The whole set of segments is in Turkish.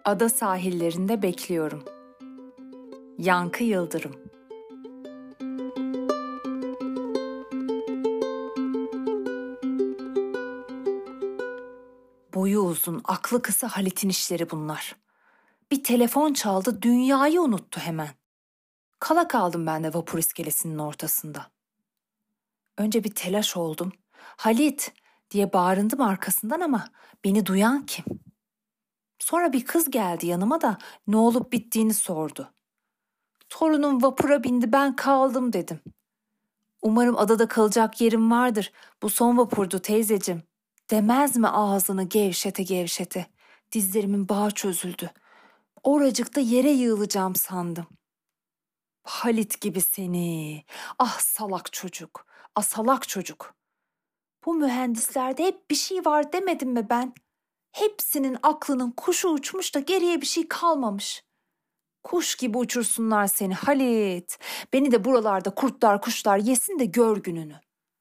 Ada sahillerinde bekliyorum. Yankı Yıldırım. Boyu uzun, aklı kısa Halit'in işleri bunlar. Bir telefon çaldı, dünyayı unuttu hemen. Kala kaldım ben de vapur iskelesinin ortasında. Önce bir telaş oldum. Halit diye bağırındım arkasından ama beni duyan kim? Sonra bir kız geldi yanıma da ne olup bittiğini sordu. Torunum vapura bindi, ben kaldım dedim. Umarım adada kalacak yerim vardır. Bu son vapurdu teyzecim. Demez mi ağzını gevşete gevşete? Dizlerimin bağı çözüldü. Oracıkta yere yığılacağım sandım. Halit gibi seni. Ah salak çocuk. Ah salak çocuk. Bu mühendislerde hep bir şey var demedim mi ben? Hepsinin aklının kuşu uçmuş da geriye bir şey kalmamış. Kuş gibi uçursunlar seni Halit. Beni de buralarda kurtlar kuşlar yesin de gör gününü.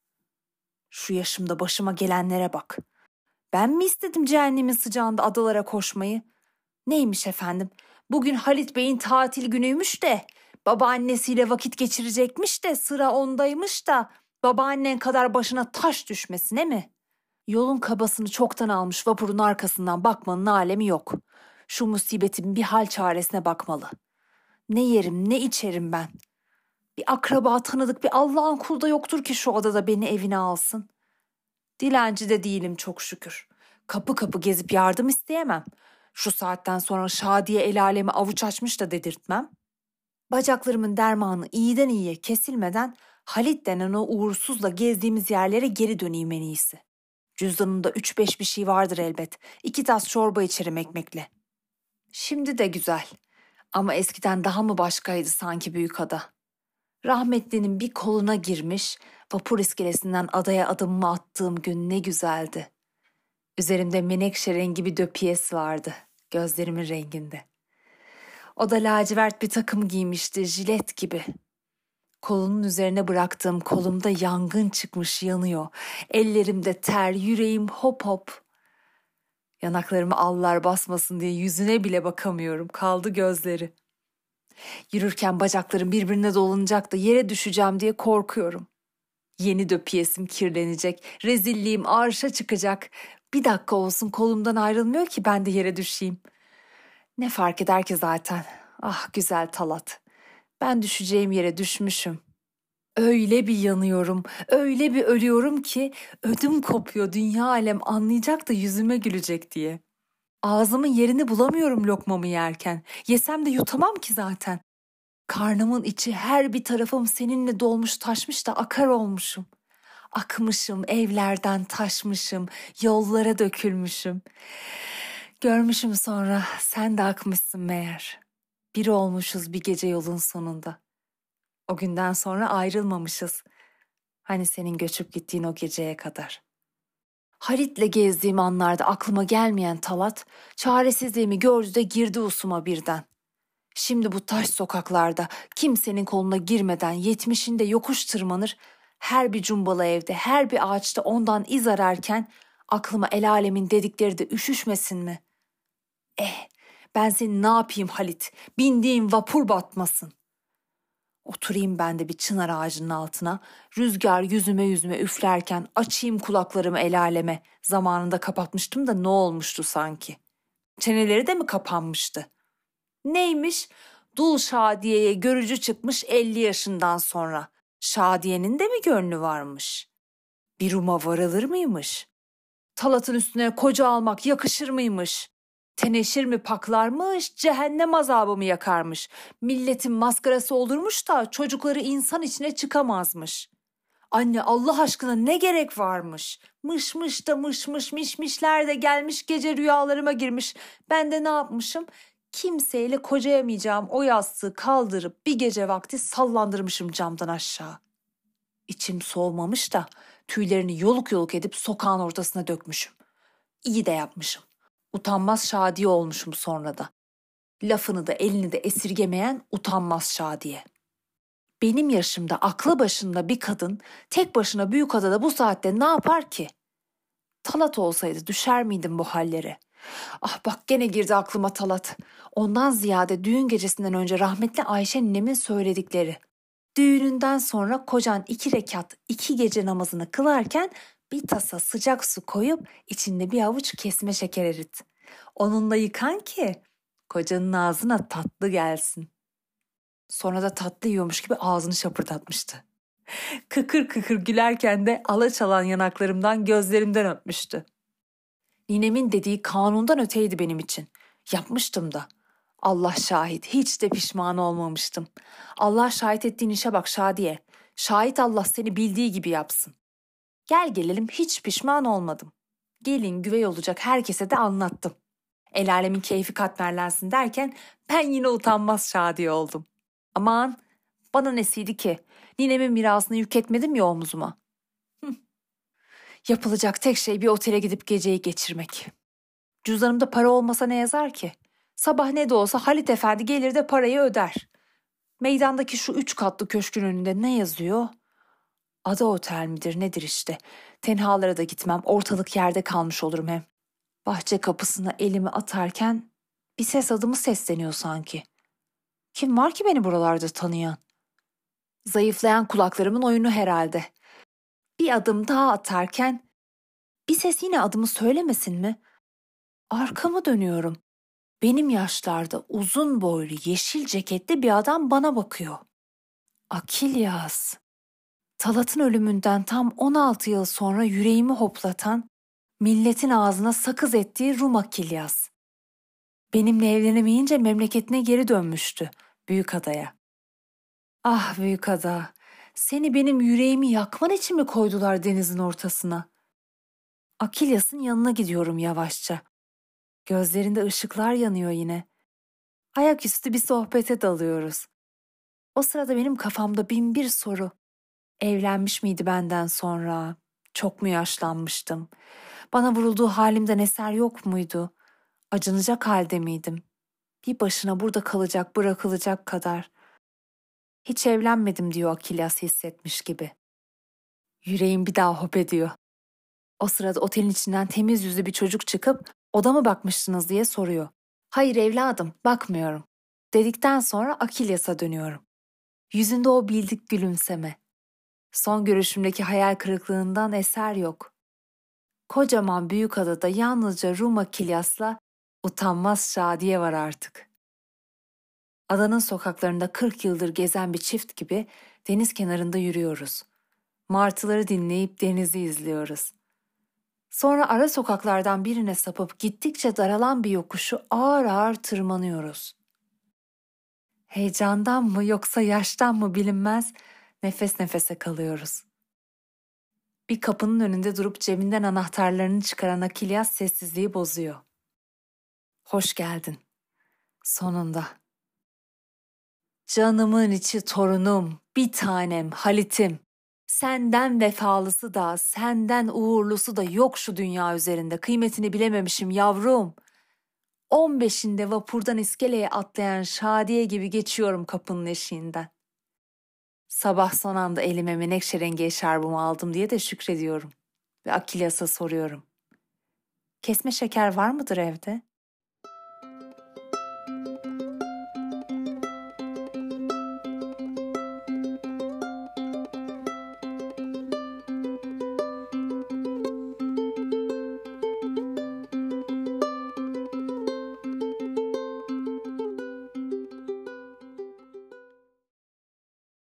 Şu yaşımda başıma gelenlere bak. Ben mi istedim cehennemin sıcağında adalara koşmayı? Neymiş efendim? Bugün Halit Bey'in tatil günüymüş de, babaannesiyle vakit geçirecekmiş de, sıra ondaymış da, babaannen kadar başına taş düşmesine mi? Yolun kabasını çoktan almış vapurun arkasından bakmanın alemi yok. Şu musibetin bir hal çaresine bakmalı. Ne yerim ne içerim ben. Bir akraba tanıdık bir Allah'ın kulu da yoktur ki şu adada beni evine alsın. Dilenci de değilim çok şükür. Kapı kapı gezip yardım isteyemem. Şu saatten sonra Şadiye el alemi avuç açmış da dedirtmem. Bacaklarımın dermanı iyiden iyiye kesilmeden Halit denen o uğursuzla gezdiğimiz yerlere geri döneyim en iyisi. Cüzdanımda 3-5 bir şey vardır elbet. 2 tas çorba içerim ekmekle. Şimdi de güzel. Ama eskiden daha mı başkaydı sanki Büyükada? Rahmetlinin bir koluna girmiş, vapur iskelesinden adaya adımımı attığım gün ne güzeldi. Üzerimde menekşe rengi bir döpiyes vardı, gözlerimin renginde. O da lacivert bir takım giymişti, jilet gibi. Kolunun üzerine bıraktığım kolumda yangın çıkmış yanıyor. Ellerimde ter, yüreğim hop hop. Yanaklarımı allar basmasın diye yüzüne bile bakamıyorum, kaldı gözleri. Yürürken bacaklarım birbirine dolanacak da yere düşeceğim diye korkuyorum. Yeni döpiyesim kirlenecek, rezilliğim arşa çıkacak. Bir dakika olsun kolumdan ayrılmıyor ki ben de yere düşeyim. Ne fark eder ki zaten? Ah güzel Talat. Ben düşeceğim yere düşmüşüm. Öyle bir yanıyorum, öyle bir ölüyorum ki ödüm kopuyor, dünya alem anlayacak da yüzüme gülecek diye. Ağzımın yerini bulamıyorum lokmamı yerken. Yesem de yutamam ki zaten. Karnımın içi her bir tarafım seninle dolmuş taşmış da akar olmuşum. Akmışım, evlerden taşmışım, yollara dökülmüşüm. Görmüşüm sonra sen de akmışsın meğer. Bir olmuşuz bir gece yolun sonunda. O günden sonra ayrılmamışız. Hani senin göçüp gittiğin o geceye kadar. Halit'le gezdiğim anlarda aklıma gelmeyen Talat, çaresizliğimi gördü de girdi usuma birden. Şimdi bu taş sokaklarda kimsenin koluna girmeden 70'inde yokuş tırmanır, her bir cumbalı evde, her bir ağaçta ondan iz ararken aklıma el alemin dedikleri de üşüşmesin mi? Ben seni ne yapayım Halit, bindiğim vapur batmasın. Oturayım ben de bir çınar ağacının altına, rüzgar yüzüme üflerken açayım kulaklarımı el aleme. Zamanında kapatmıştım da ne olmuştu sanki? Çeneleri de mi kapanmıştı? Neymiş? Dul Şadiye'ye görücü çıkmış 50 yaşından sonra. Şadiye'nin de mi gönlü varmış? Bir Rum'a varılır mıymış? Talat'ın üstüne koca almak yakışır mıymış? Teneşir mi paklarmış, cehennem azabı mı yakarmış? Milletin maskarası olurmuş da çocukları insan içine çıkamazmış. Anne Allah aşkına ne gerek varmış? Mışmış da mişmişler de gelmiş gece rüyalarıma girmiş. Ben de ne yapmışım? Kimseyle kocayamayacağım o yastığı kaldırıp bir gece vakti sallandırmışım camdan aşağı. İçim soğumamış da tüylerini yoluk yoluk edip sokağın ortasına dökmüşüm. İyi de yapmışım. Utanmaz Şadiye olmuşum sonra da. Lafını da elini de esirgemeyen utanmaz Şadiye. Benim yaşımda aklı başında bir kadın tek başına Büyükada'da bu saatte ne yapar ki? Talat olsaydı düşer miydim bu hallere? Ah bak gene girdi aklıma Talat. Ondan ziyade düğün gecesinden önce rahmetli Ayşe ninemin söyledikleri. Düğününden sonra kocan 2 rekat 2 gece namazını kılarken bir tasa sıcak su koyup içinde bir avuç kesme şeker erit. Onunla yıkan ki kocanın ağzına tatlı gelsin. Sonra da tatlı yiyormuş gibi ağzını şapırdatmıştı. Kıkır kıkır gülerken de alaçalan yanaklarımdan gözlerimden öpmüştü. Ninemin dediği kanundan öteydi benim için. Yapmıştım da. Allah şahit, hiç de pişman olmamıştım. Allah şahit ettiğin işe bak Şadiye. Şahit Allah seni bildiği gibi yapsın. Gel gelelim hiç pişman olmadım. Gelin güvey olacak herkese de anlattım. El alemin keyfi katmerlensin derken ben yine utanmaz Şadiye oldum. Aman bana nesiydi ki? Ninemin mirasını yük etmedim ya omzuma. Yapılacak tek şey bir otele gidip geceyi geçirmek. Cüzdanımda para olmasa ne yazar ki? Sabah ne de olsa Halit Efendi gelir de parayı öder. Meydandaki şu 3 katlı köşkün önünde ne yazıyor? Ada Otel midir nedir işte. Tenhalara da gitmem, ortalık yerde kalmış olurum hem. Bahçe kapısına elimi atarken bir ses adımı sesleniyor sanki. Kim var ki beni buralarda tanıyan? Zayıflayan kulaklarımın oyunu herhalde. Bir adım daha atarken bir ses yine adımı söylemesin mi? Arkamı dönüyorum. Benim yaşlarda uzun boylu yeşil ceketli bir adam bana bakıyor. Akilyas. Talat'ın ölümünden tam 16 yıl sonra yüreğimi hoplatan, milletin ağzına sakız ettiği Rum Akilyas. Benimle evlenemeyince memleketine geri dönmüştü, Büyükada'ya. Ah Büyükada, seni benim yüreğimi yakman için mi koydular denizin ortasına? Akilyas'ın yanına gidiyorum yavaşça. Gözlerinde ışıklar yanıyor yine. Ayaküstü bir sohbete dalıyoruz. O sırada benim kafamda bin bir soru. Evlenmiş miydi benden sonra? Çok mu yaşlanmıştım? Bana vurulduğu halimden eser yok muydu? Acınacak halde miydim? Bir başına burada kalacak, bırakılacak kadar. Hiç evlenmedim diyor Akilyas hissetmiş gibi. Yüreğim bir daha hop ediyor. O sırada otelin içinden temiz yüzlü bir çocuk çıkıp oda mı bakmıştınız diye soruyor. Hayır evladım, bakmıyorum. Dedikten sonra Akilyas'a dönüyorum. Yüzünde o bildik gülümseme. Son görüşümdeki hayal kırıklığından eser yok. Kocaman Büyükada'da yalnızca Rum Akilyas'la utanmaz Şadiye var artık. Adanın sokaklarında 40 yıldır gezen bir çift gibi deniz kenarında yürüyoruz. Martıları dinleyip denizi izliyoruz. Sonra ara sokaklardan birine sapıp gittikçe daralan bir yokuşu ağır ağır tırmanıyoruz. Heyecandan mı yoksa yaştan mı bilinmez nefes nefese kalıyoruz. Bir kapının önünde durup cebinden anahtarlarını çıkaran Akilyas sessizliği bozuyor. Hoş geldin. Sonunda. Canımın içi torunum, bir tanem, Halit'im. Senden vefalısı da, senden uğurlusu da yok şu dünya üzerinde. Kıymetini bilememişim yavrum. 15'inde vapurdan iskeleye atlayan Şadiye gibi geçiyorum kapının eşiğinden. Sabah son anda elime menekşe rengi eşarbımı aldım diye de şükrediyorum. Ve Akilyas'a soruyorum. Kesme şeker var mıdır evde?